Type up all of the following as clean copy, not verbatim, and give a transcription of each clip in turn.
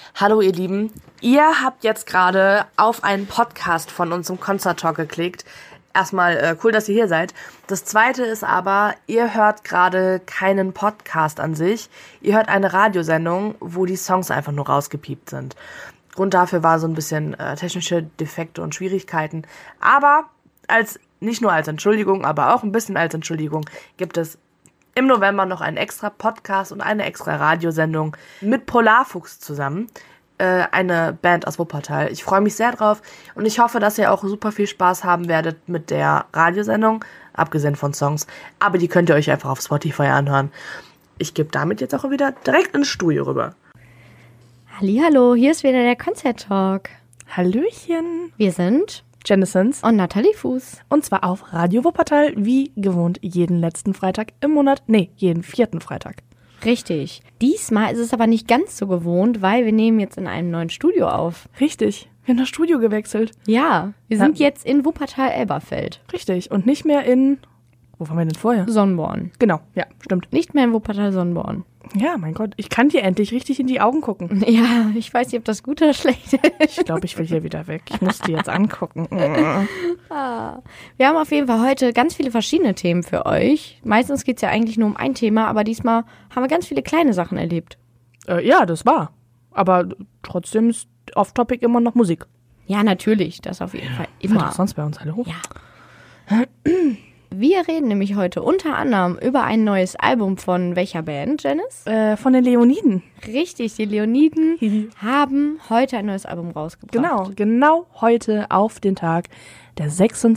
Hallo ihr Lieben, ihr habt jetzt gerade auf einen Podcast von uns im Concert Talk geklickt. Erstmal cool, dass ihr hier seid. Das zweite ist aber, ihr hört gerade keinen Podcast an sich. Ihr hört eine Radiosendung, wo die Songs einfach nur rausgepiept sind. Grund dafür war so ein bisschen technische Defekte und Schwierigkeiten. Aber nicht nur als Entschuldigung, aber auch ein bisschen als Entschuldigung gibt es im November noch einen extra Podcast und eine extra Radiosendung mit Polarfuchs zusammen. Eine Band aus Wuppertal. Ich freue mich sehr drauf und ich hoffe, dass ihr auch super viel Spaß haben werdet mit der Radiosendung, abgesehen von Songs. Aber die könnt ihr euch einfach auf Spotify anhören. Ich gebe damit jetzt auch wieder direkt ins Studio rüber. Hallihallo, hier ist wieder der Concert Talk. Hallöchen. Wir sind Jennessens und Nathalie Fuß. Und zwar auf Radio Wuppertal, wie gewohnt, jeden letzten Freitag im Monat. Nee, jeden 4. Freitag. Richtig. Diesmal ist es aber nicht ganz so gewohnt, weil wir nehmen jetzt in einem neuen Studio auf. Richtig. Wir haben das Studio gewechselt. Ja, wir sind jetzt in Wuppertal-Elberfeld. Richtig. Und nicht mehr in... Wo waren wir denn vorher? Sonnborn. Genau, ja, stimmt. Nicht mehr in Wuppertal-Sonnborn. Ja, mein Gott, ich kann dir endlich richtig in die Augen gucken. Ja, ich weiß nicht, ob das gut oder schlecht ist. Ich glaube, ich will hier wieder weg. Ich muss die jetzt angucken. Wir haben auf jeden Fall heute ganz viele verschiedene Themen für euch. Meistens geht es ja eigentlich nur um ein Thema, aber diesmal haben wir ganz viele kleine Sachen erlebt. Ja, das war. Aber trotzdem ist off-topic immer noch Musik. Ja, natürlich, das auf jeden Fall immer. Was sonst bei uns, hallo? Ja. Wir reden nämlich heute unter anderem über ein neues Album von welcher Band, Janice? Von den Leoniden. Richtig, die Leoniden haben heute ein neues Album rausgebracht. Genau heute auf den Tag, der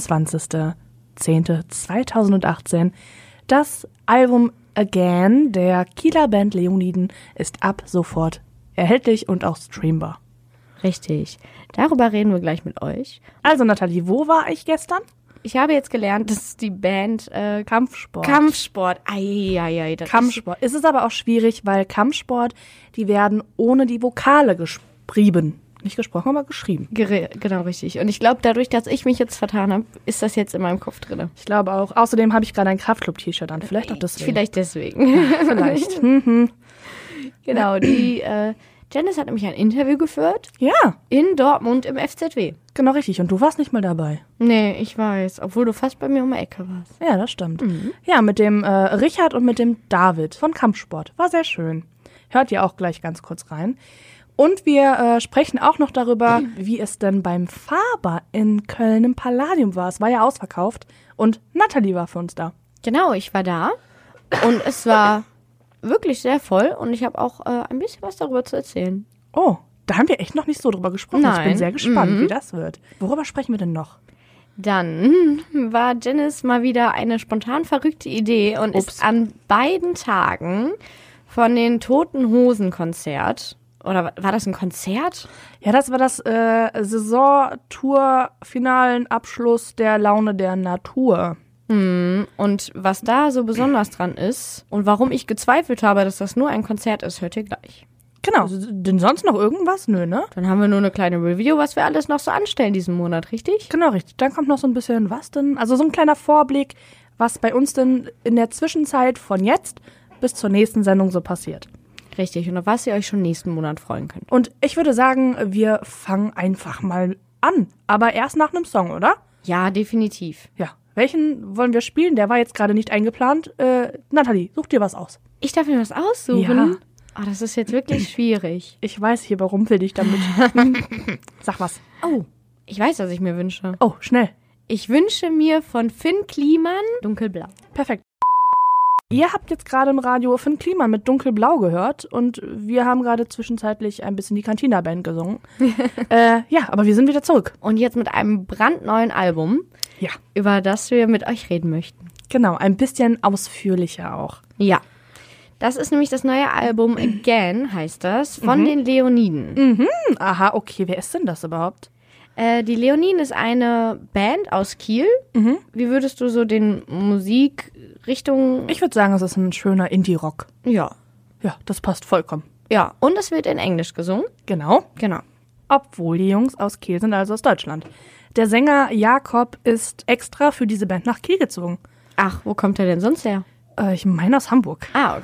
26.10.2018. Das Album Again der Kieler Band Leoniden ist ab sofort erhältlich und auch streambar. Richtig, darüber reden wir gleich mit euch. Also Nathalie, wo war ich gestern? Ich habe jetzt gelernt, dass die Band Kampfsport. Kampfsport. Kampfsport. Es ist aber auch schwierig, weil Kampfsport, die werden ohne die Vokale geschrieben. Nicht gesprochen, aber geschrieben. Genau, richtig. Und ich glaube, dadurch, dass ich mich jetzt vertan habe, ist das jetzt in meinem Kopf drin. Ich glaube auch. Außerdem habe ich gerade ein Kraftclub-T-Shirt an. Vielleicht auch deswegen. Vielleicht deswegen. Vielleicht. Genau, die Janice hat nämlich ein Interview geführt. Ja. In Dortmund im FZW. Genau, richtig. Und du warst nicht mal dabei. Nee, ich weiß. Obwohl du fast bei mir um die Ecke warst. Ja, das stimmt. Ja, mit dem Richard und mit dem David von Kampfsport. War sehr schön. Hört ihr auch gleich ganz kurz rein. Und wir sprechen auch noch darüber, wie es denn beim Faber in Köln im Palladium war. Es war ja ausverkauft. Und Nathalie war für uns da. Genau, ich war da. Und es war wirklich sehr voll. Und ich habe auch ein bisschen was darüber zu erzählen. Oh, da haben wir echt noch nicht so drüber gesprochen. Nein. Ich bin sehr gespannt, wie das wird. Worüber sprechen wir denn noch? Dann war Janice mal wieder eine spontan verrückte Idee und ist an beiden Tagen von den Toten Hosen Konzert, oder war das ein Konzert? Ja, das war das Saisontour-Finalen-Abschluss der Laune der Natur. Und was da so besonders dran ist und warum ich gezweifelt habe, dass das nur ein Konzert ist, hört ihr gleich. Genau. Denn sonst noch irgendwas? Nö, ne? Dann haben wir nur eine kleine Review, was wir alles noch so anstellen diesen Monat, richtig? Genau, richtig. Dann kommt noch so ein bisschen was denn? Also so ein kleiner Vorblick, was bei uns denn in der Zwischenzeit von jetzt bis zur nächsten Sendung so passiert. Richtig, und auf was ihr euch schon nächsten Monat freuen könnt. Und ich würde sagen, wir fangen einfach mal an. Aber erst nach einem Song, oder? Ja, definitiv. Ja. Welchen wollen wir spielen? Der war jetzt gerade nicht eingeplant. Nathalie, such dir was aus. Ich darf mir was aussuchen? Ja. Oh, das ist jetzt wirklich schwierig. Ich weiß, ich überrumpel dich damit. Sag was. Oh, ich weiß, was ich mir wünsche. Oh, schnell. Ich wünsche mir von Finn Kliman Dunkelblau. Perfekt. Ihr habt jetzt gerade im Radio Finn Kliman mit Dunkelblau gehört und wir haben gerade zwischenzeitlich ein bisschen die Cantina-Band gesungen. Ja, aber wir sind wieder zurück. Und jetzt mit einem brandneuen Album, ja, über das wir mit euch reden möchten. Genau, ein bisschen ausführlicher auch. Ja, das ist nämlich das neue Album Again, heißt das, von den Leoniden. Aha, okay, wer ist denn das überhaupt? Die Leoniden ist eine Band aus Kiel. Wie würdest du so den Musikrichtung... Ich würde sagen, es ist ein schöner Indie-Rock. Ja. Ja, das passt vollkommen. Ja, und es wird in Englisch gesungen. Genau. Genau. Obwohl die Jungs aus Kiel sind, also aus Deutschland. Der Sänger Jakob ist extra für diese Band nach Kiel gezogen. Ach, wo kommt er denn sonst her? Ich meine aus Hamburg. Ah, okay.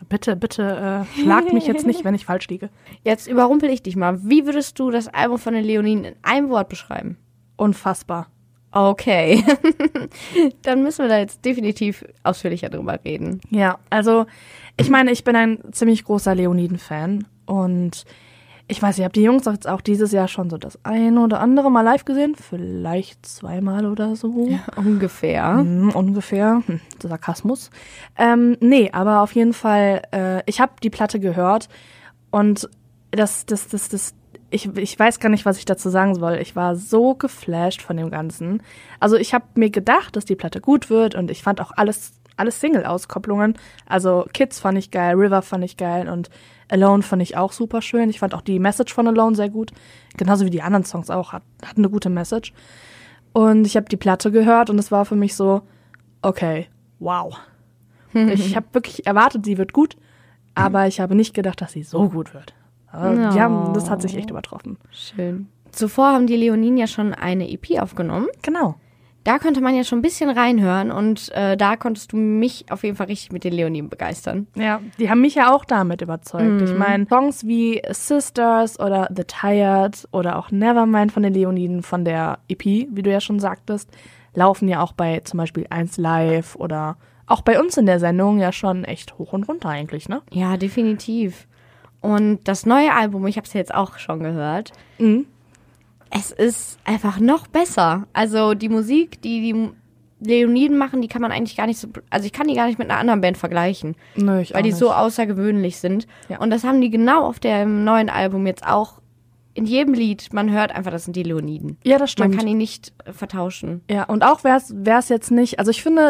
Bitte, schlag mich jetzt nicht, wenn ich falsch liege. Jetzt überrumpel ich dich mal. Wie würdest du das Album von den Leoniden in einem Wort beschreiben? Unfassbar. Okay. Dann müssen wir da jetzt definitiv ausführlicher drüber reden. Ja, also ich meine, ich bin ein ziemlich großer Leoniden-Fan und ich weiß, ihr habt die Jungs jetzt auch dieses Jahr schon so das eine oder andere Mal live gesehen, vielleicht 2-mal oder so. Ja, ungefähr. Ungefähr, Sarkasmus. Nee, aber auf jeden Fall, ich habe die Platte gehört und ich weiß gar nicht, was ich dazu sagen soll. Ich war so geflasht von dem Ganzen. Also ich habe mir gedacht, dass die Platte gut wird und ich fand auch alles Single-Auskopplungen. Also Kids fand ich geil, River fand ich geil und Alone fand ich auch super schön. Ich fand auch die Message von Alone sehr gut. Genauso wie die anderen Songs auch. Hat eine gute Message. Und ich habe die Platte gehört und es war für mich so, okay, wow. Ich habe wirklich erwartet, sie wird gut, aber ich habe nicht gedacht, dass sie so gut wird. Das hat sich echt übertroffen. Schön. Zuvor haben die Leoniden ja schon eine EP aufgenommen. Genau. Da konnte man ja schon ein bisschen reinhören und da konntest du mich auf jeden Fall richtig mit den Leoniden begeistern. Ja, die haben mich ja auch damit überzeugt. Ich meine, Songs wie Sisters oder The Tired oder auch Nevermind von den Leoniden von der EP, wie du ja schon sagtest, laufen ja auch bei zum Beispiel 1 Live oder auch bei uns in der Sendung ja schon echt hoch und runter eigentlich, ne? Ja, definitiv. Und das neue Album, ich habe es ja jetzt auch schon gehört, es ist einfach noch besser. Also die Musik, die Leoniden machen, die kann man eigentlich gar nicht so, also ich kann die gar nicht mit einer anderen Band vergleichen. Nö, ich weil auch die nicht. so außergewöhnlich sind. Ja. Und das haben die genau auf dem neuen Album jetzt auch in jedem Lied. Man hört einfach, das sind die Leoniden. Ja, das stimmt. Man kann die nicht vertauschen. Ja, und auch wär's jetzt nicht, also ich finde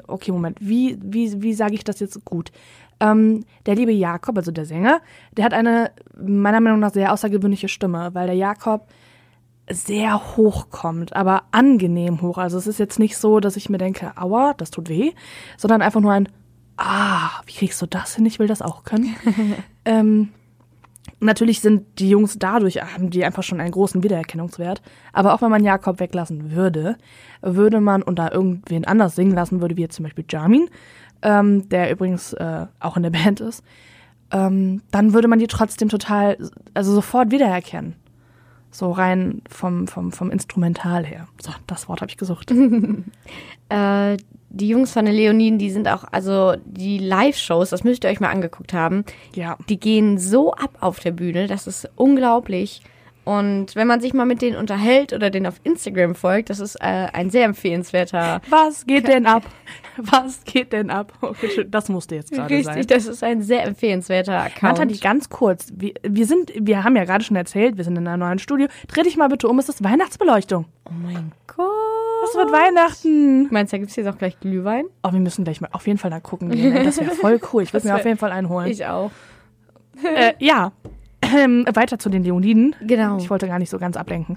wie sage ich das jetzt gut? Der liebe Jakob, also der Sänger, der hat eine, meiner Meinung nach, sehr außergewöhnliche Stimme, weil der Jakob sehr hoch kommt, aber angenehm hoch. Also es ist jetzt nicht so, dass ich mir denke, aua, das tut weh, sondern einfach nur ein, wie kriegst du das hin? Ich will das auch können. Natürlich sind die Jungs haben die einfach schon einen großen Wiedererkennungswert. Aber auch wenn man Jakob weglassen würde man und da irgendwen anders singen lassen würde, wie jetzt zum Beispiel Jamin, der übrigens auch in der Band ist, dann würde man die trotzdem sofort wiedererkennen. So rein vom Instrumental her. So, das Wort habe ich gesucht. Die Jungs von den Leoniden, die sind auch, also die Live-Shows, das müsst ihr euch mal angeguckt haben, ja. Die gehen so ab auf der Bühne, das ist unglaublich. Und wenn man sich mal mit denen unterhält oder denen auf Instagram folgt, das ist ein sehr empfehlenswerter... Was geht denn ab? Was geht denn ab? Okay, schön. Das musste jetzt gerade sein. Richtig, das ist ein sehr empfehlenswerter Account. Nathalie, ganz kurz. Wir haben ja gerade schon erzählt, wir sind in einem neuen Studio. Dreh dich mal bitte um, es ist Weihnachtsbeleuchtung. Oh mein Gott. Es wird Weihnachten. Meinst du, da gibt es jetzt auch gleich Glühwein? Oh, wir müssen gleich mal auf jeden Fall da gucken gehen. Das wäre voll cool. Ich würde mir auf jeden Fall einen holen. Ich auch. Ja. Weiter zu den Leoniden. Genau. Ich wollte gar nicht so ganz ablenken.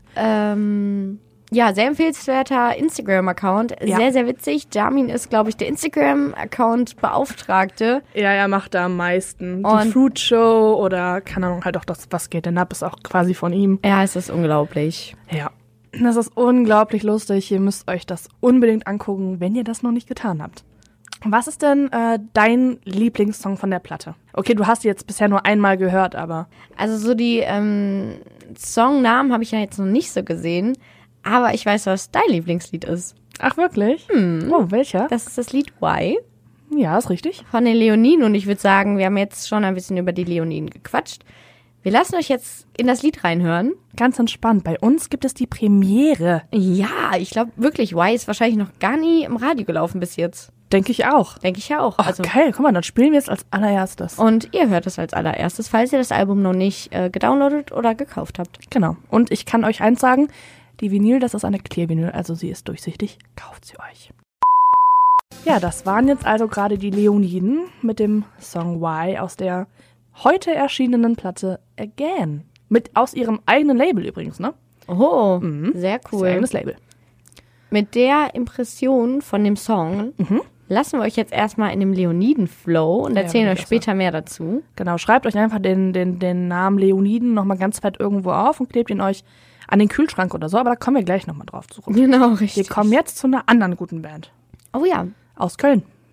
Ja, sehr empfehlenswerter Instagram-Account. Ja. Sehr, sehr witzig. Jamin ist, glaube ich, der Instagram-Account-Beauftragte. Ja, er macht da am meisten. Die Und Fruit Show oder, keine Ahnung, halt auch das Was geht denn ab, ist auch quasi von ihm. Ja, es ist unglaublich. Ja. Das ist unglaublich lustig. Ihr müsst euch das unbedingt angucken, wenn ihr das noch nicht getan habt. Was ist denn dein Lieblingssong von der Platte? Okay, du hast die jetzt bisher nur einmal gehört, aber... Also so die Songnamen habe ich ja jetzt noch nicht so gesehen, aber ich weiß, was dein Lieblingslied ist. Ach, wirklich? Oh, welcher? Das ist das Lied Why Ja, ist richtig. von den Leoniden und ich würde sagen, wir haben jetzt schon ein bisschen über die Leoniden gequatscht. Wir lassen euch jetzt in das Lied reinhören. Ganz entspannt. Bei uns gibt es die Premiere. Ja, ich glaube wirklich, Why ist wahrscheinlich noch gar nie im Radio gelaufen bis jetzt. Denke ich auch. Denke ich ja auch. Oh, geil, guck mal, dann spielen wir es als allererstes. Und ihr hört es als allererstes, falls ihr das Album noch nicht gedownloadet oder gekauft habt. Genau. Und ich kann euch eins sagen, die Vinyl, das ist eine Clear-Vinyl, also sie ist durchsichtig. Kauft sie euch. Ja, das waren jetzt also gerade die Leoniden mit dem Song Why aus der heute erschienenen Platte Again. Aus ihrem eigenen Label übrigens, ne? Oh, sehr Das cool. eigenes Label. Mit der Impression von dem Song lassen wir euch jetzt erstmal in dem Leoniden-Flow und erzählen euch später mehr dazu. Genau, schreibt euch einfach den Namen Leoniden nochmal ganz fett irgendwo auf und klebt ihn euch an den Kühlschrank oder so, aber da kommen wir gleich nochmal drauf zurück. Genau, richtig. Wir kommen jetzt zu einer anderen guten Band. Oh ja. Aus Köln.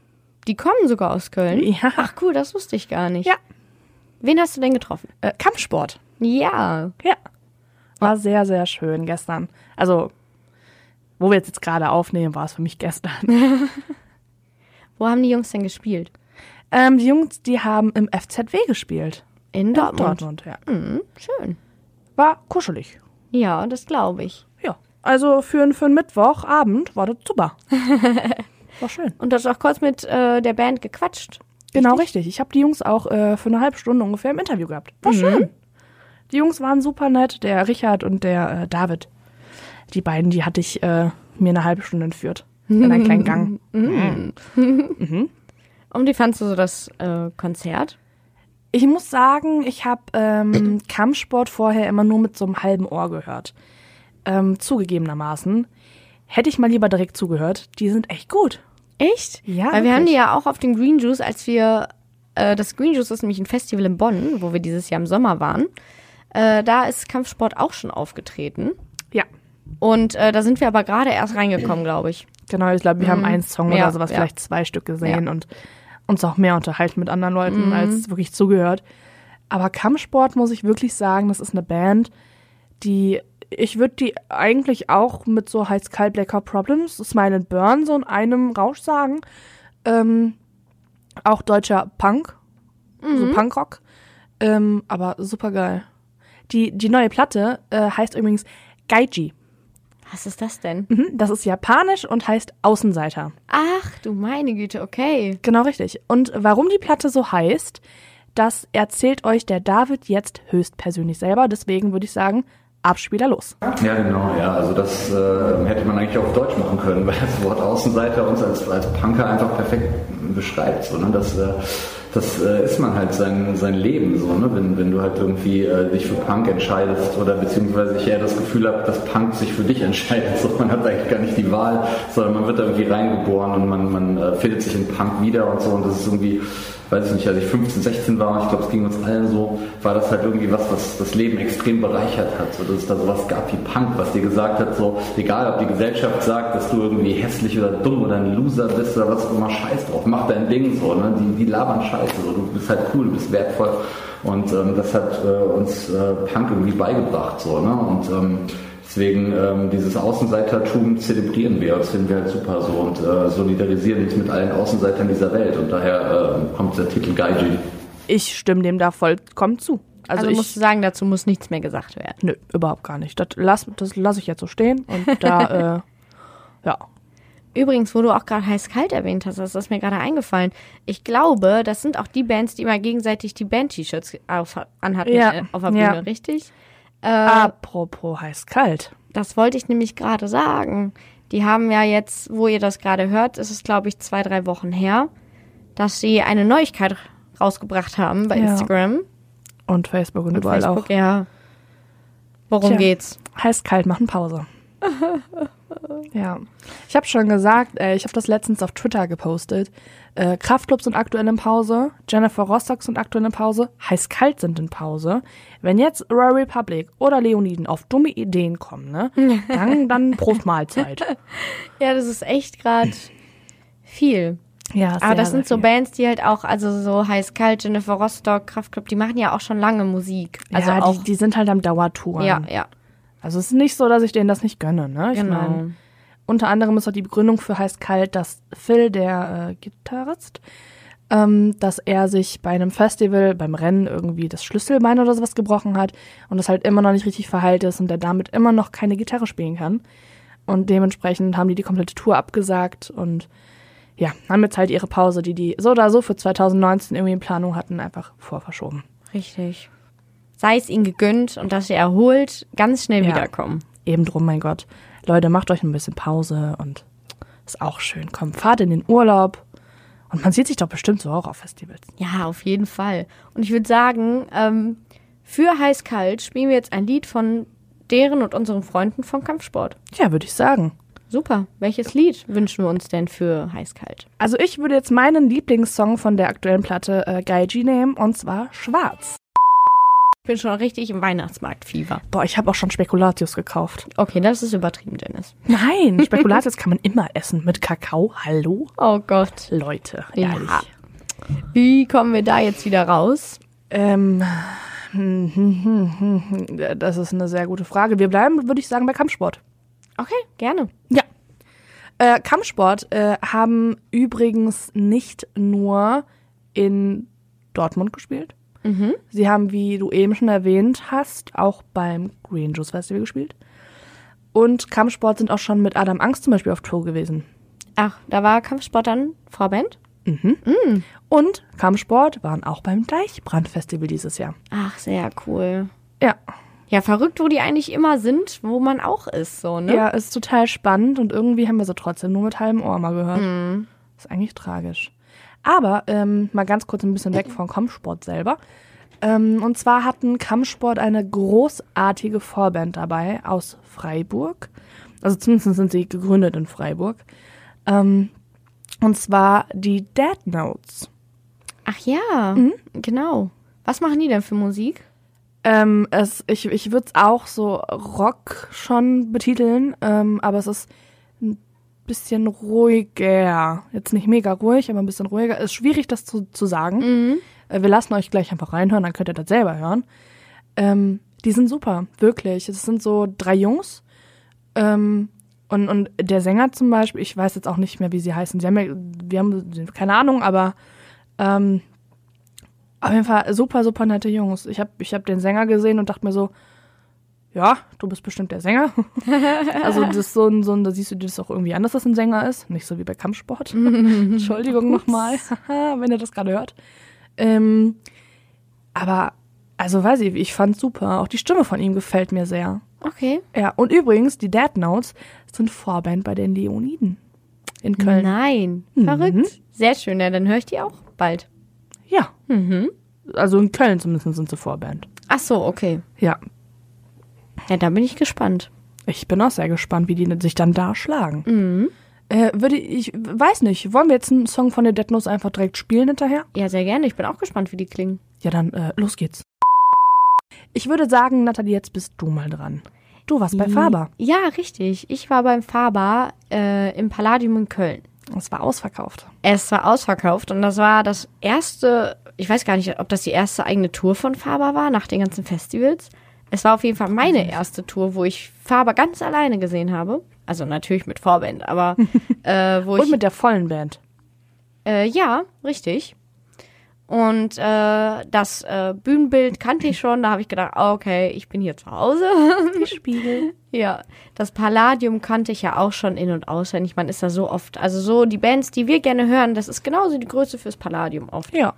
Die kommen sogar aus Köln? Ja. Ach cool, das wusste ich gar nicht. Ja. Wen hast du denn getroffen? Kampfsport. Ja. Ja. War sehr, sehr schön gestern. Also, wo wir jetzt gerade aufnehmen, war es für mich gestern. Wo haben die Jungs denn gespielt? Die Jungs, die haben im FZW gespielt. In Dortmund. Dortmund, ja. Schön. War kuschelig. Ja, das glaube ich. Ja. Also für einen Mittwochabend war das super. War schön. Und du hast auch kurz mit der Band gequatscht. Genau, richtig. Ich habe die Jungs auch für eine halbe Stunde ungefähr im Interview gehabt. War schön. Die Jungs waren super nett, der Richard und der David. Die beiden, die hatte ich mir eine halbe Stunde entführt. In einen kleinen Gang. Und wie fandst du so das Konzert? Ich muss sagen, ich habe Kampfsport vorher immer nur mit so einem halben Ohr gehört. Zugegebenermaßen. Hätte ich mal lieber direkt zugehört. Die sind echt gut. Echt? Ja, Weil wir wirklich. haben die ja auch auf dem Green Juice, als wir, das Green Juice ist nämlich ein Festival in Bonn, wo wir dieses Jahr im Sommer waren. Da ist Kampfsport auch schon aufgetreten. Ja. Und da sind wir aber gerade erst reingekommen, glaube ich. Genau, ich glaube, wir haben einen Song Ja, oder sowas, ja. vielleicht 2 Stück gesehen und uns auch mehr unterhalten mit anderen Leuten, als wirklich zugehört. Aber Kampfsport, muss ich wirklich sagen, das ist eine Band, ich würde die eigentlich auch mit so Heiß-Kalt Black Hot Problems, Smile and Burn so in einem Rausch sagen. Auch deutscher Punk, so Punkrock, aber super geil. Die neue Platte heißt übrigens Gaiji. Was ist das denn? Das ist japanisch und heißt Außenseiter. Ach, du meine Güte, okay. Genau richtig. Und warum die Platte so heißt, das erzählt euch der David jetzt höchstpersönlich selber. Deswegen würde ich sagen, Abspieler los. Ja, genau, ja. Also das hätte man eigentlich auch auf Deutsch machen können, weil das Wort Außenseiter uns als Punker einfach perfekt beschreibt. So, ne? Das ist man halt sein Leben so, ne? Wenn du halt irgendwie dich für Punk entscheidest oder beziehungsweise ich eher das Gefühl habe, dass Punk sich für dich entscheidet. So, man hat eigentlich gar nicht die Wahl, sondern man wird da irgendwie reingeboren und man findet sich in Punk wieder und so und das ist irgendwie, weiß ich nicht, als ich 15, 16 war und ich glaube, es ging uns allen so, war das halt irgendwie was das Leben extrem bereichert hat. So, dass es da sowas gab wie Punk, was dir gesagt hat, so, egal ob die Gesellschaft sagt, dass du irgendwie hässlich oder dumm oder ein Loser bist oder was auch immer, scheiß drauf, mach dein Ding so, ne? Die labern Scheiße, so, du bist halt cool, du bist wertvoll und das hat uns Punk irgendwie beigebracht, so, ne? Und deswegen dieses Außenseitertum zelebrieren wir, das finden wir halt super so und solidarisieren uns mit allen Außenseitern dieser Welt und daher kommt der Titel Gaiji. Ich stimme dem da vollkommen zu. Also musst du sagen, dazu muss nichts mehr gesagt werden. Nö, überhaupt gar nicht. Das lasse ich jetzt so stehen und da, ja. Übrigens, wo du auch gerade Heiß-Kalt erwähnt hast, das ist mir gerade eingefallen. Ich glaube, das sind auch die Bands, die immer gegenseitig die Band-T-Shirts anhatten auf der Bühne, richtig? Apropos Heiß-Kalt. Das wollte ich nämlich gerade sagen. Die haben ja jetzt, wo ihr das gerade hört, ist es, glaube ich, 2-3 Wochen her, dass sie eine Neuigkeit rausgebracht haben bei Instagram. Und Facebook und überall Facebook, auch. Ja. Worum geht's? Heiß-Kalt machen Pause. Ja. Ich habe schon gesagt, ich habe das letztens auf Twitter gepostet. Kraftclub sind aktuell in Pause, Jennifer Rostock sind aktuell in Pause, Heiß-Kalt sind in Pause. Wenn jetzt Royal Republic oder Leoniden auf dumme Ideen kommen, ne, dann Prost Mahlzeit. Ja, das ist echt gerade viel. Ja, Aber das sehr sind so viel. Bands, die halt auch, also so Heiß-Kalt, Jennifer Rostock, Kraftclub, die machen ja auch schon lange Musik. Also ja, auch, die sind halt am Dauertouren. ja. Also es ist nicht so, dass ich denen das nicht gönne, ne? Ich Genau. mein, unter anderem ist auch die Begründung für Heiß-Kalt, dass Phil, der Gitarrist, dass er sich bei einem Festival, beim Rennen irgendwie das Schlüsselbein oder sowas gebrochen hat und das halt immer noch nicht richtig verheilt ist und der damit immer noch keine Gitarre spielen kann. Und dementsprechend haben die komplette Tour abgesagt und ja, haben jetzt halt ihre Pause, die so oder so für 2019 irgendwie in Planung hatten, einfach vorverschoben. Richtig. Sei es ihnen gegönnt und dass sie erholt ganz schnell wiederkommen. Eben drum, mein Gott. Leute, macht euch ein bisschen Pause und ist auch schön. Komm, fahrt in den Urlaub. Und man sieht sich doch bestimmt so auch auf Festivals. Ja, auf jeden Fall. Und ich würde sagen, für Heiß-Kalt spielen wir jetzt ein Lied von deren und unseren Freunden von Kampfsport. Ja, würde ich sagen. Super. Welches Lied wünschen wir uns denn für Heiß-Kalt? Also ich würde jetzt meinen Lieblingssong von der aktuellen Platte Gaiji nehmen, und zwar Schwarz. Ich bin schon richtig im Weihnachtsmarktfieber. Boah, ich habe auch schon Spekulatius gekauft. Okay, das ist übertrieben, Dennis. Nein, Spekulatius kann man immer essen. Mit Kakao, hallo? Oh Gott. Leute, Ja. ehrlich. Wie kommen wir da jetzt wieder raus? Das ist eine sehr gute Frage. Wir bleiben, würde ich sagen, bei Kampfsport. Okay, gerne. Ja. Kampfsport haben übrigens nicht nur in Dortmund gespielt. Sie haben, wie du eben schon erwähnt hast, auch beim Green Juice Festival gespielt. Und Kampfsport sind auch schon mit Adam Angst zum Beispiel auf Tour gewesen. Ach, da war Kampfsport dann Vorband? Und Kampfsport waren auch beim Deichbrand-Festival dieses Jahr. Ach, sehr cool. Ja. Ja, verrückt, wo die eigentlich immer sind, wo man auch ist, so, ne? Ja, ist total spannend und irgendwie haben wir sie trotzdem nur mit halbem Ohr mal gehört. Ist eigentlich tragisch. Aber mal ganz kurz ein bisschen weg von Kampfsport selber. Und zwar hatten Kampfsport eine großartige Vorband dabei aus Freiburg. Also zumindest sind sie gegründet in Freiburg. Und zwar die Dead Notes. Ach ja, genau. Was machen die denn für Musik? Ich würde es auch so Rock schon betiteln, aber es ist ein bisschen ruhiger. Jetzt nicht mega ruhig, aber ein bisschen ruhiger. Ist schwierig, das zu sagen. Wir lassen euch gleich einfach reinhören, dann könnt ihr das selber hören. Die sind super, wirklich. Es sind so 3 Jungs. Und der Sänger zum Beispiel, ich weiß jetzt auch nicht mehr, wie sie heißen. Wir haben keine Ahnung, aber auf jeden Fall super, super nette Jungs. Ich hab den Sänger gesehen und dachte mir so, ja, du bist bestimmt der Sänger. Also das ist da siehst du dir das auch irgendwie an, dass das ein Sänger ist. Nicht so wie bei Kampfsport. Entschuldigung nochmal, wenn ihr das gerade hört. Aber, also weiß ich fand's super. Auch die Stimme von ihm gefällt mir sehr. Okay. Ja, und übrigens, die Dead Notes sind Vorband bei den Leoniden in Köln. Nein, verrückt. Sehr schön, ja, dann höre ich die auch bald. Ja. Also in Köln zumindest sind sie Vorband. Ach so, okay. Ja. Ja, da bin ich gespannt. Ich bin auch sehr gespannt, wie die sich dann da schlagen. Ich weiß nicht, wollen wir jetzt einen Song von den Dead Notes einfach direkt spielen hinterher? Ja, sehr gerne. Ich bin auch gespannt, wie die klingen. Ja, dann los geht's. Ich würde sagen, Nathalie, jetzt bist du mal dran. Du warst bei Faber. Ja, richtig. Ich war beim Faber im Palladium in Köln. Es war ausverkauft. Es war ausverkauft und das war das erste, ich weiß gar nicht, ob das die erste eigene Tour von Faber war, nach den ganzen Festivals. Es war auf jeden Fall meine erste Tour, wo ich Faber ganz alleine gesehen habe. Also natürlich mit Vorband, aber Und mit der vollen Band. Ja, richtig. Und das Bühnenbild kannte ich schon. Da habe ich gedacht, okay, ich bin hier zu Hause. Die Spiegel. Ja, das Palladium kannte ich ja auch schon in- und auswendig. Man ist da so oft, also so die Bands, die wir gerne hören, das ist genauso die Größe fürs Palladium oft. Ja.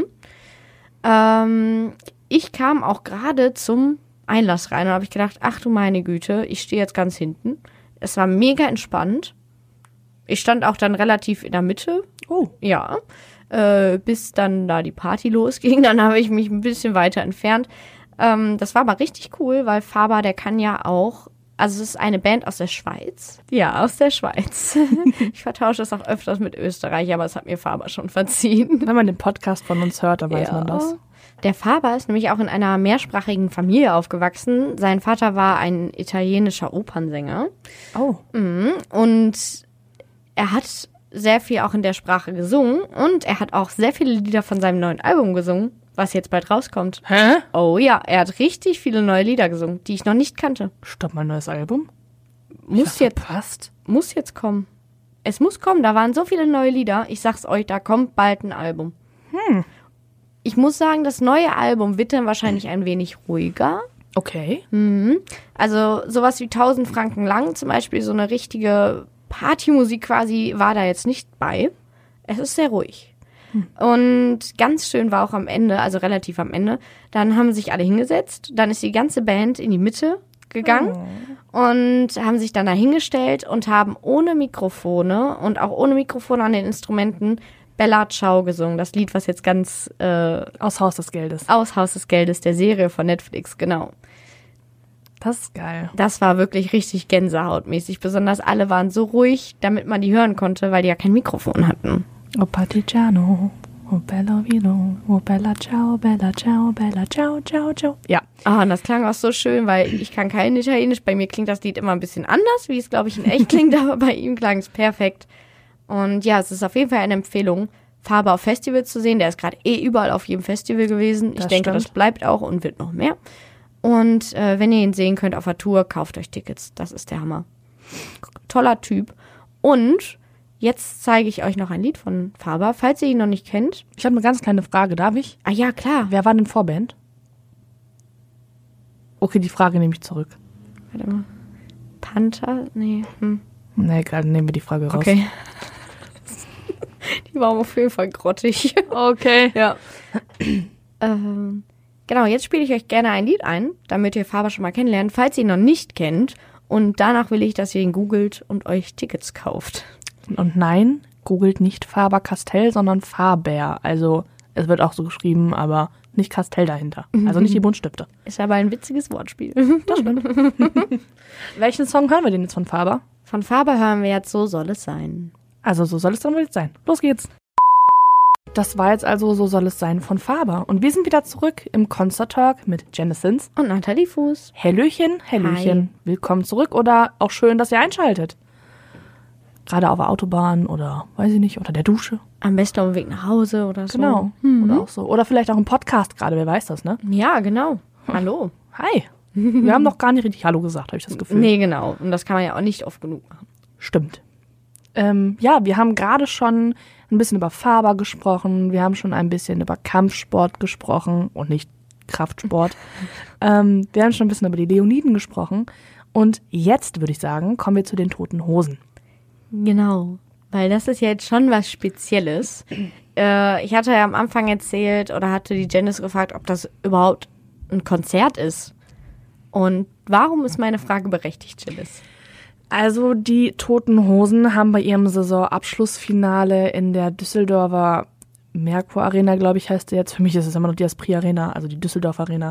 Ich kam auch gerade zum Einlass rein und habe ich gedacht, ach du meine Güte, ich stehe jetzt ganz hinten. Es war mega entspannt. Ich stand auch dann relativ in der Mitte. Oh. Ja. Bis dann da die Party losging. Dann habe ich mich ein bisschen weiter entfernt. Das war aber richtig cool, weil Faber, der kann ja auch, also es ist eine Band aus der Schweiz. Ja, aus der Schweiz. Ich vertausche das auch öfters mit Österreich, aber es hat mir Faber schon verziehen. Wenn man den Podcast von uns hört, dann weiß man das. Der Faber ist nämlich auch in einer mehrsprachigen Familie aufgewachsen. Sein Vater war ein italienischer Opernsänger. Oh. Und er hat sehr viel auch in der Sprache gesungen und er hat auch sehr viele Lieder von seinem neuen Album gesungen, was jetzt bald rauskommt. Hä? Oh ja, er hat richtig viele neue Lieder gesungen, die ich noch nicht kannte. Stopp, mein neues Album? Muss jetzt kommen. Es muss kommen, da waren so viele neue Lieder. Ich sag's euch, da kommt bald ein Album. Ich muss sagen, das neue Album wird dann wahrscheinlich ein wenig ruhiger. Okay. Also sowas wie 1000 Franken lang, zum Beispiel so eine richtige Partymusik quasi, war da jetzt nicht bei. Es ist sehr ruhig. Und ganz schön war auch am Ende, also relativ am Ende, dann haben sich alle hingesetzt, dann ist die ganze Band in die Mitte gegangen und haben sich dann da hingestellt und haben ohne Mikrofone und auch ohne Mikrofone an den Instrumenten Bella Ciao gesungen. Das Lied, was jetzt ganz Aus Haus des Geldes. Aus Haus des Geldes, der Serie von Netflix, genau. Das ist geil. Das war wirklich richtig gänsehautmäßig. Besonders alle waren so ruhig, damit man die hören konnte, weil die ja kein Mikrofon hatten. Oh, Partigiano. Oh Bella Vino, oh Bella ciao, Bella ciao, Bella ciao, ciao, ciao. Ja. Ah, und das klang auch so schön, weil ich kann kein Italienisch. Bei mir klingt das Lied immer ein bisschen anders, wie es, glaube ich, in echt klingt, aber bei ihm klang es perfekt. Und ja, es ist auf jeden Fall eine Empfehlung, Faber auf Festivals zu sehen. Der ist gerade überall auf jedem Festival gewesen. Ich denke, das bleibt auch und wird noch mehr. Und wenn ihr ihn sehen könnt auf der Tour, kauft euch Tickets. Das ist der Hammer. Toller Typ. Und jetzt zeige ich euch noch ein Lied von Faber, falls ihr ihn noch nicht kennt. Ich habe eine ganz kleine Frage, darf ich? Ah ja, klar. Wer war denn Vorband? Okay, die Frage nehme ich zurück. Warte mal. Panther? Nee. Nee, gerade nehmen wir die Frage raus. Okay. Die war auf jeden Fall grottig. Okay. Ja. Genau, jetzt spiele ich euch gerne ein Lied ein, damit ihr Faber schon mal kennenlernt, falls ihr ihn noch nicht kennt. Und danach will ich, dass ihr ihn googelt und euch Tickets kauft. Und nein, googelt nicht Faber-Castell, sondern Faber. Also es wird auch so geschrieben, aber nicht Castell dahinter. Also nicht die Buntstifte. Ist aber ein witziges Wortspiel. Das stimmt. Welchen Song hören wir denn jetzt von Faber? Von Faber hören wir jetzt So soll es sein. Also so soll es dann wohl jetzt sein. Los geht's. Das war jetzt also So soll es sein von Faber. Und wir sind wieder zurück im Concert Talk mit Jennessens und Nathalie Fuß. Hallöchen, Hallöchen. Hi. Willkommen zurück oder auch schön, dass ihr einschaltet. Gerade auf der Autobahn oder, weiß ich nicht, unter der Dusche. Am besten auf dem Weg nach Hause oder so. Genau, oder auch so. Oder vielleicht auch im Podcast gerade, wer weiß das, ne? Ja, genau. Hallo. Hi. Wir haben noch gar nicht richtig Hallo gesagt, habe ich das Gefühl. Nee, genau. Und das kann man ja auch nicht oft genug machen. Stimmt. Ja, wir haben gerade schon ein bisschen über Faber gesprochen. Wir haben schon ein bisschen über Kampfsport gesprochen und nicht Kraftsport. Wir haben schon ein bisschen über die Leoniden gesprochen. Und jetzt, würde ich sagen, kommen wir zu den Toten Hosen. Genau, weil das ist ja jetzt schon was Spezielles. Ich hatte ja am Anfang erzählt oder hatte die Janice gefragt, ob das überhaupt ein Konzert ist. Und warum ist meine Frage berechtigt, Janice? Also die Toten Hosen haben bei ihrem Saisonabschlussfinale in der Düsseldorfer Merkur Arena, glaube ich, heißt sie jetzt. Für mich ist es immer noch die Esprit Arena, also die Düsseldorf Arena.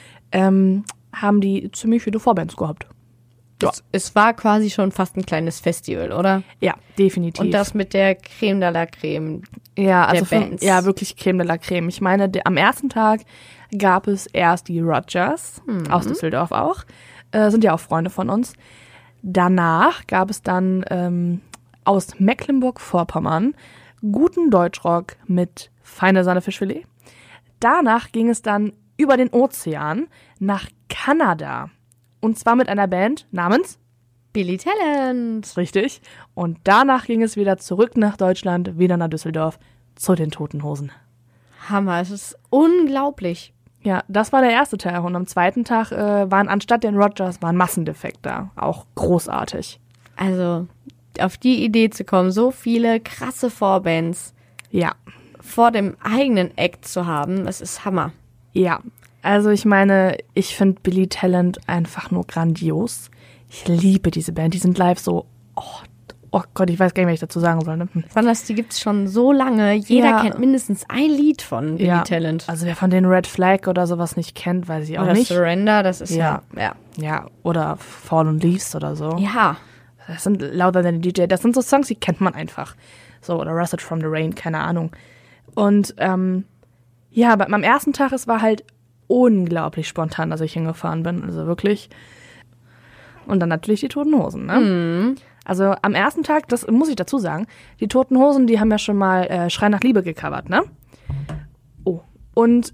Haben die ziemlich viele Vorbands gehabt. Ja. Es war quasi schon fast ein kleines Festival, oder? Ja, definitiv. Und das mit der Creme de la Creme. Ja, also wirklich Creme de la Creme. Ich meine, am ersten Tag gab es erst die Rodgers, aus Düsseldorf auch. Sind ja auch Freunde von uns. Danach gab es dann aus Mecklenburg-Vorpommern guten Deutschrock mit Feine Sahne Fischfilet. Danach ging es dann über den Ozean nach Kanada. Und zwar mit einer Band namens Billy Talent. Richtig. Und danach ging es wieder zurück nach Deutschland, wieder nach Düsseldorf, zu den Toten Hosen. Hammer, es ist unglaublich. Ja, das war der erste Tag. Und am zweiten Tag waren anstatt den Rodgers Massendefekt da. Auch großartig. Also, auf die Idee zu kommen, so viele krasse Vorbands vor dem eigenen Act zu haben, das ist Hammer. Ja, also ich meine, ich finde Billy Talent einfach nur grandios. Ich liebe diese Band. Die sind live so, oh Gott, ich weiß gar nicht, was ich dazu sagen soll. Ne? Besonders, die gibt's schon so lange. Jeder kennt mindestens ein Lied von Billy Talent. Also wer von den Red Flag oder sowas nicht kennt, weiß ich auch nicht. Oder Surrender, das ist ja. Oder Fallen Leaves oder so. Ja. Das sind lauter deine DJ. Das sind so Songs, die kennt man einfach. So, oder Rusted from the Rain, keine Ahnung. Und aber am ersten Tag, es war halt unglaublich spontan, dass ich hingefahren bin. Also wirklich. Und dann natürlich die Toten Hosen, ne? Mhm. Also am ersten Tag, das muss ich dazu sagen, die Toten Hosen, die haben ja schon mal Schrei nach Liebe gecovert, ne? Oh. Und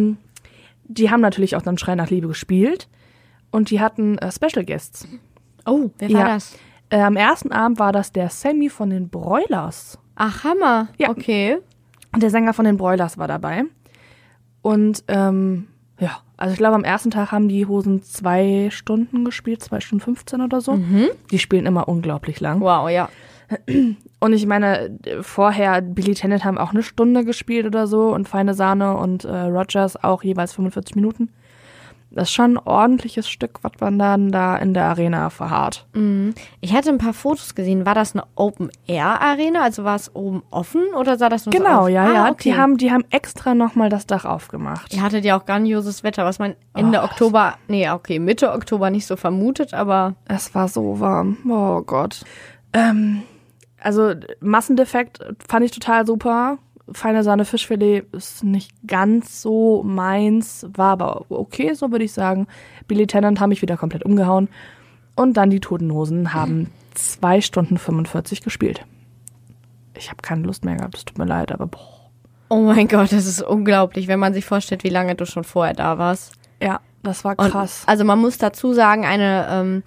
die haben natürlich auch dann Schrei nach Liebe gespielt. Und die hatten Special Guests. Oh, wer war das? Am ersten Abend war das der Sammy von den Broilers. Ach, Hammer. Ja. Okay. Und der Sänger von den Broilers war dabei. Und also ich glaube, am ersten Tag haben die Hosen 2 Stunden gespielt, 2 Stunden 15 oder so. Mhm. Die spielen immer unglaublich lang. Wow, ja. Und ich meine, vorher, Billy Talent haben auch 1 Stunde gespielt oder so und Feine Sahne und Rodgers auch jeweils 45 Minuten. Das ist schon ein ordentliches Stück, was man dann da in der Arena verharrt. Mhm. Ich hatte ein paar Fotos gesehen. War das eine Open-Air-Arena? Also war es oben offen oder sah das nur so aus? Genau, ja. Okay. Die haben extra nochmal das Dach aufgemacht. Ihr hattet ja auch grandioses Wetter, was man Mitte Oktober nicht so vermutet, aber... Es war so warm. Oh Gott. Also Massendefekt fand ich total super. feine Sahne Fischfilet ist nicht ganz so meins, war aber okay, so würde ich sagen. Billy Tennant haben mich wieder komplett umgehauen. Und dann die Toten Hosen haben 2 Stunden 45 gespielt. Ich habe keine Lust mehr gehabt, es tut mir leid, aber boah. Oh mein Gott, das ist unglaublich, wenn man sich vorstellt, wie lange du schon vorher da warst. Ja, das war krass. Und, also man muss dazu sagen, ein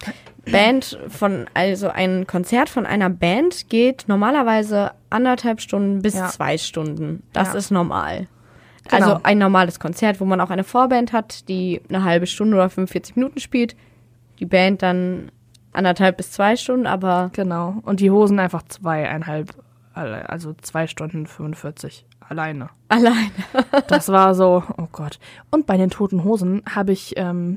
Konzert von einer Band geht normalerweise 1,5 Stunden bis 2 Stunden. Das ist normal. Genau. Also ein normales Konzert, wo man auch eine Vorband hat, die eine halbe Stunde oder 45 Minuten spielt. Die Band dann 1,5 bis 2 Stunden, aber... Genau. Und die Hosen einfach 2,5, also 2 Stunden 45 alleine. Das war so, oh Gott. Und bei den Toten Hosen habe ich, an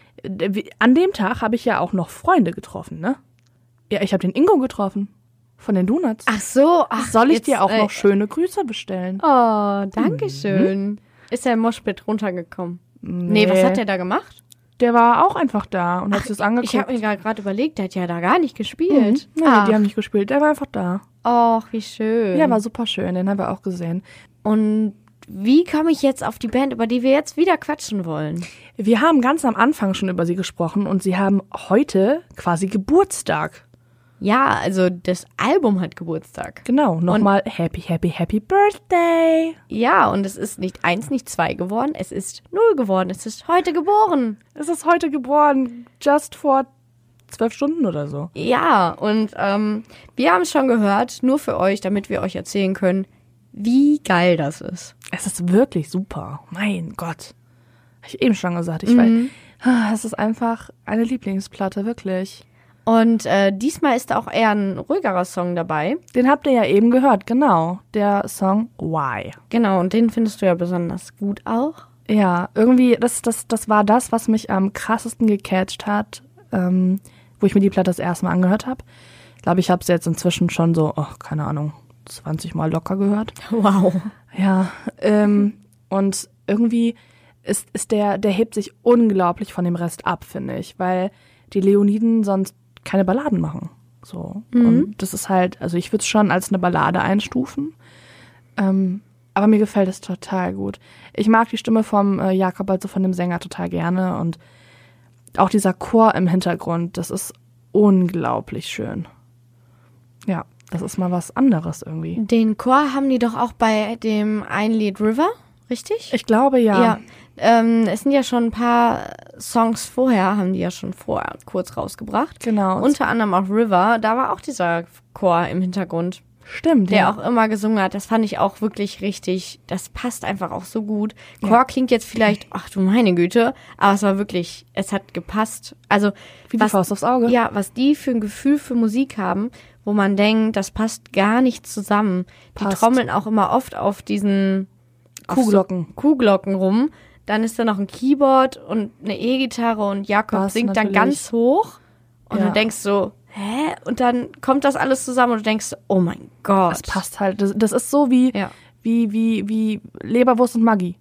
dem Tag habe ich ja auch noch Freunde getroffen, ne? Ja, ich habe den Ingo getroffen. Von den Donuts. Ach so. Soll ich dir auch noch schöne Grüße bestellen? Oh, danke schön. Ist der im Moshpit runtergekommen? Nee, was hat der da gemacht? Der war auch einfach da und hat sich das angeguckt. Ich habe mir gerade überlegt, der hat ja da gar nicht gespielt. Nee, die haben nicht gespielt. Der war einfach da. Och, wie schön. Ja, war super schön. Den haben wir auch gesehen. Und wie komme ich jetzt auf die Band, über die wir jetzt wieder quatschen wollen? Wir haben ganz am Anfang schon über sie gesprochen und sie haben heute quasi Geburtstag. Ja, also das Album hat Geburtstag. Genau, nochmal Happy, Happy, Happy Birthday. Ja, und es ist nicht 1, nicht 2 geworden, es ist 0 geworden, es ist heute geboren. Es ist heute geboren, just vor 12 Stunden oder so. Ja, und wir haben es schon gehört, nur für euch, damit wir euch erzählen können, wie geil das ist. Es ist wirklich super, mein Gott. Habe ich eben schon gesagt, ich weiß, es ist einfach eine Lieblingsplatte, wirklich. Und diesmal ist auch eher ein ruhigerer Song dabei. Den habt ihr ja eben gehört, genau. Der Song Why. Genau, und den findest du ja besonders gut auch. Ja, irgendwie, das war das, was mich am krassesten gecatcht hat, wo ich mir die Platte das erste Mal angehört habe. Ich glaube, ich habe es jetzt inzwischen schon so, keine Ahnung, 20 Mal locker gehört. Wow. Ja, und irgendwie ist der hebt sich unglaublich von dem Rest ab, finde ich, weil die Leoniden sonst keine Balladen machen. So. Und das ist halt, also ich würde es schon als eine Ballade einstufen. Aber mir gefällt es total gut. Ich mag die Stimme vom Jakob, also von dem Sänger, total gerne. Und auch dieser Chor im Hintergrund, das ist unglaublich schön. Ja, das ist mal was anderes irgendwie. Den Chor haben die doch auch bei dem einen Lied River, richtig? Ich glaube, ja. Ja. Es sind ja schon ein paar Songs vorher, haben die ja schon vorher kurz rausgebracht. Genau. Unter anderem auch River, da war auch dieser Chor im Hintergrund. Stimmt, Der ja. auch immer gesungen hat. Das fand ich auch wirklich richtig, das passt einfach auch so gut. Chor klingt jetzt vielleicht, ach du meine Güte, aber es war wirklich, es hat gepasst. Also Wie die Faust aufs Auge. Ja, was die für ein Gefühl für Musik haben, wo man denkt, das passt gar nicht zusammen. Die Passt. trommeln auch immer oft auf diesen Kuhglocken rum. Dann ist da noch ein Keyboard und eine E-Gitarre und Jakob Bass singt dann natürlich. ganz hoch. Und Ja. du denkst so, hä? Und dann kommt das alles zusammen und du denkst, oh mein Gott. Das passt halt. Das ist so wie Leberwurst und Maggi.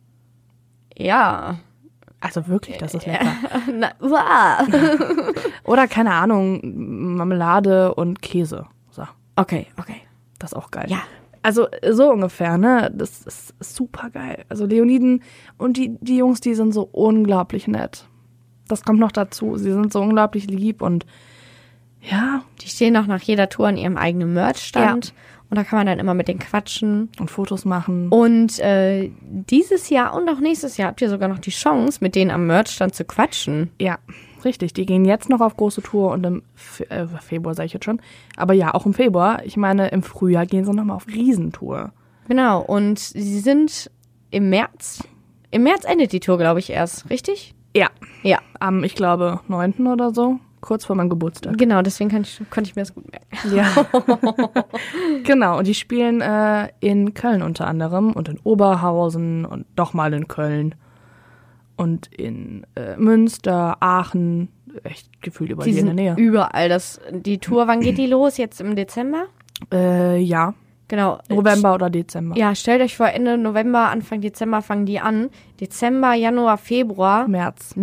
Ja. Also wirklich, das ist lecker. Na, uah. Oder, keine Ahnung, Marmelade und Käse. So, Okay. das ist auch geil. Ja. Also so ungefähr, ne? Das ist super geil. Also Leoniden und die Jungs, die sind so unglaublich nett. Das kommt noch dazu. Sie sind so unglaublich lieb und ja. Die stehen auch nach jeder Tour an ihrem eigenen Merch-Stand. Und da kann man dann immer mit denen quatschen. Und Fotos machen. Und dieses Jahr und auch nächstes Jahr habt ihr sogar noch die Chance, mit denen am Merch-Stand zu quatschen. Ja, richtig. Die gehen jetzt noch auf große Tour und im Februar sage ich jetzt schon. Aber ja, auch im Februar. Ich meine, im Frühjahr gehen sie nochmal auf Riesentour. Genau. Und sie sind im März. Im März endet die Tour, glaube ich, erst. Richtig? Ja. Ja. Am, ich glaube, 9. oder so. Kurz vor meinem Geburtstag. Genau, deswegen konnte ich mir das gut merken. Ja. Genau, und die spielen in Köln unter anderem und in Oberhausen und doch mal in Köln und in Münster, Aachen, echt gefühlt überall Die hier in der sind Nähe. überall. Die Tour, wann geht die los? Jetzt im Dezember? Ja, Genau. November oder Dezember. Ja, stellt euch vor, Ende November, Anfang Dezember fangen die an. Dezember, Januar, Februar. März.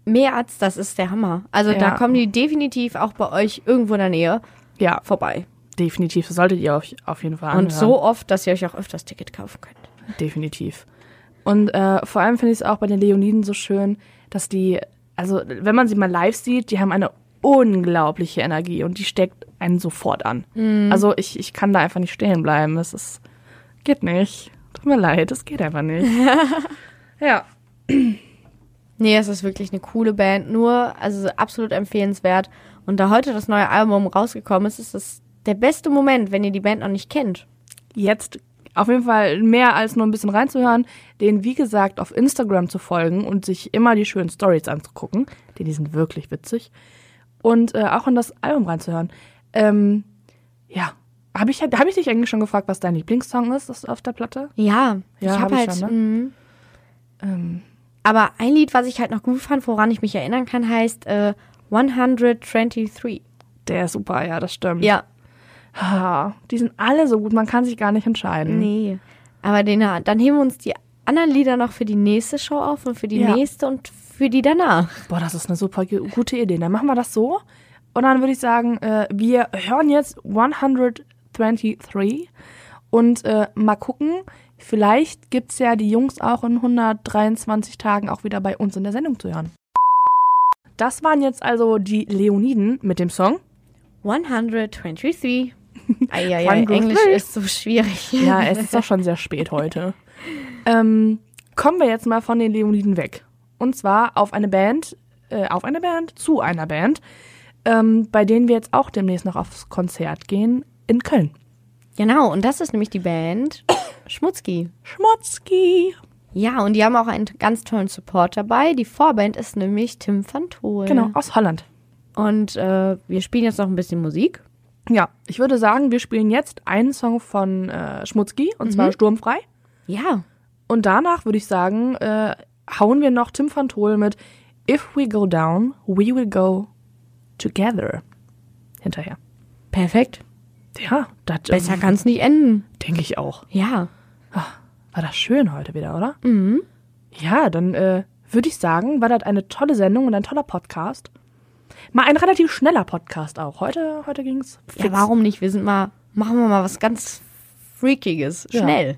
März, das ist der Hammer. Also Ja. da kommen die definitiv auch bei euch irgendwo in der Nähe Ja, vorbei. Definitiv, das solltet ihr euch auf jeden Fall anhören. Und so oft, dass ihr euch auch öfters Ticket kaufen könnt. Definitiv. Und vor allem finde ich es auch bei den Leoniden so schön, dass die, also wenn man sie mal live sieht, die haben eine unglaubliche Energie und die steckt einen sofort an. Also ich kann da einfach nicht stehen bleiben. Geht nicht. Tut mir leid, das geht einfach nicht. Ja. Nee, es ist wirklich eine coole Band. Also absolut empfehlenswert. Und da heute das neue Album rausgekommen ist, ist das der beste Moment, wenn ihr die Band noch nicht kennt. Jetzt auf jeden Fall mehr als nur ein bisschen reinzuhören, denen wie gesagt auf Instagram zu folgen und sich immer die schönen Stories anzugucken, denn die sind wirklich witzig. Und auch in das Album reinzuhören. Ja, hab ich dich eigentlich schon gefragt, was dein Lieblingssong ist auf der Platte? Ja, ich habe halt... Schon, ne? Aber ein Lied, was ich halt noch gut fand, woran ich mich erinnern kann, heißt 123. Der ist super, ja, das stimmt. Ja. Die sind alle so gut, man kann sich gar nicht entscheiden. Nee. Aber dann heben wir uns die anderen Lieder noch für die nächste Show auf und für die nächste und für die danach. Boah, das ist eine super gute Idee. Dann machen wir das so. Und dann würde ich sagen, wir hören jetzt 123 und mal gucken, vielleicht gibt's ja die Jungs auch in 123 Tagen auch wieder bei uns in der Sendung zu hören. Das waren jetzt also die Leoniden mit dem Song 123. Englisch ist so schwierig. Ja, es ist auch schon sehr spät heute. Kommen wir jetzt mal von den Leoniden weg. Und zwar zu einer Band, bei denen wir jetzt auch demnächst noch aufs Konzert gehen in Köln. Genau, und das ist nämlich die Band Schmutzki. Schmutzki. Ja, und die haben auch einen ganz tollen Support dabei. Die Vorband ist nämlich Tim van Tol. Genau, aus Holland. Und wir spielen jetzt noch ein bisschen Musik. Ja, ich würde sagen, wir spielen jetzt einen Song von Schmutzki, und zwar Sturmfrei. Ja. Und danach würde ich sagen, hauen wir noch Tim van Tol mit If We Go Down, We Will Go Together hinterher. Perfekt. Ja, besser kann es nicht enden. Denke ich auch. Ja. War das schön heute wieder, oder? Mhm. Ja, dann würde ich sagen, war das eine tolle Sendung und ein toller Podcast. Mal ein relativ schneller Podcast auch. Heute ging's fix. Ja, warum nicht? Machen wir mal was ganz Freakiges. Schnell.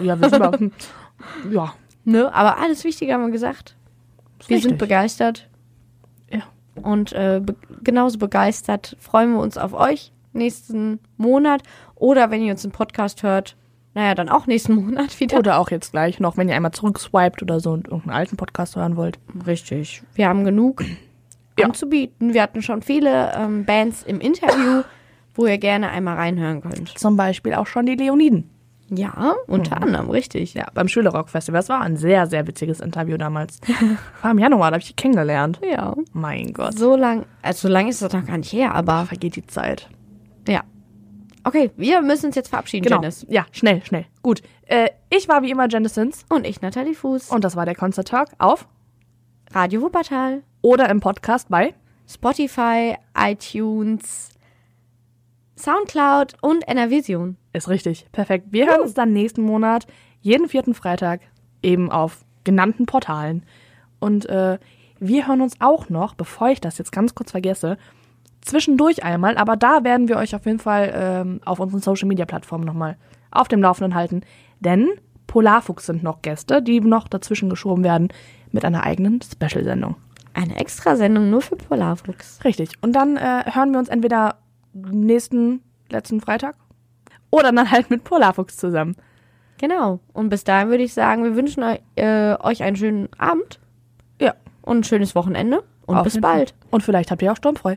Ja. Ne? Aber alles Wichtige haben wir gesagt. Wir sind begeistert. Ja. Und genauso begeistert freuen wir uns auf euch nächsten Monat. Oder wenn ihr uns im Podcast hört, dann auch nächsten Monat wieder. Oder auch jetzt gleich noch, wenn ihr einmal zurückswiped oder so und irgendeinen alten Podcast hören wollt. Richtig. Wir haben genug anzubieten. Wir hatten schon viele Bands im Interview, wo ihr gerne einmal reinhören könnt. Zum Beispiel auch schon die Leoniden. Ja, unter anderem, richtig. Ja, beim Schülerrock-Festival. Das war ein sehr, sehr witziges Interview damals. War im Januar, da habe ich die kennengelernt. Ja. Mein Gott. So lang ist das noch gar nicht her, aber... Vergeht die Zeit. Ja. Okay, wir müssen uns jetzt verabschieden, genau. Janice. Ja, schnell. Gut. Ich war wie immer Janice Sins. Und ich, Nathalie Fuß. Und das war der Concert Talk auf Radio Wuppertal. Oder im Podcast bei Spotify, iTunes, Soundcloud und NRVision. Ist richtig. Perfekt. Wir hören uns dann nächsten Monat, jeden 4. Freitag, eben auf genannten Portalen. Und wir hören uns auch noch, bevor ich das jetzt ganz kurz vergesse, zwischendurch einmal, aber da werden wir euch auf jeden Fall auf unseren Social-Media-Plattformen nochmal auf dem Laufenden halten, denn Polarfuchs sind noch Gäste, die noch dazwischen geschoben werden mit einer eigenen Special-Sendung. Eine Extrasendung nur für Polarfuchs. Richtig. Und dann hören wir uns entweder letzten Freitag oder dann halt mit Polarfuchs zusammen. Genau. Und bis dahin würde ich sagen, wir wünschen euch einen schönen Abend. Ja. Und ein schönes Wochenende. Und bis bald. Und vielleicht habt ihr auch sturmfrei.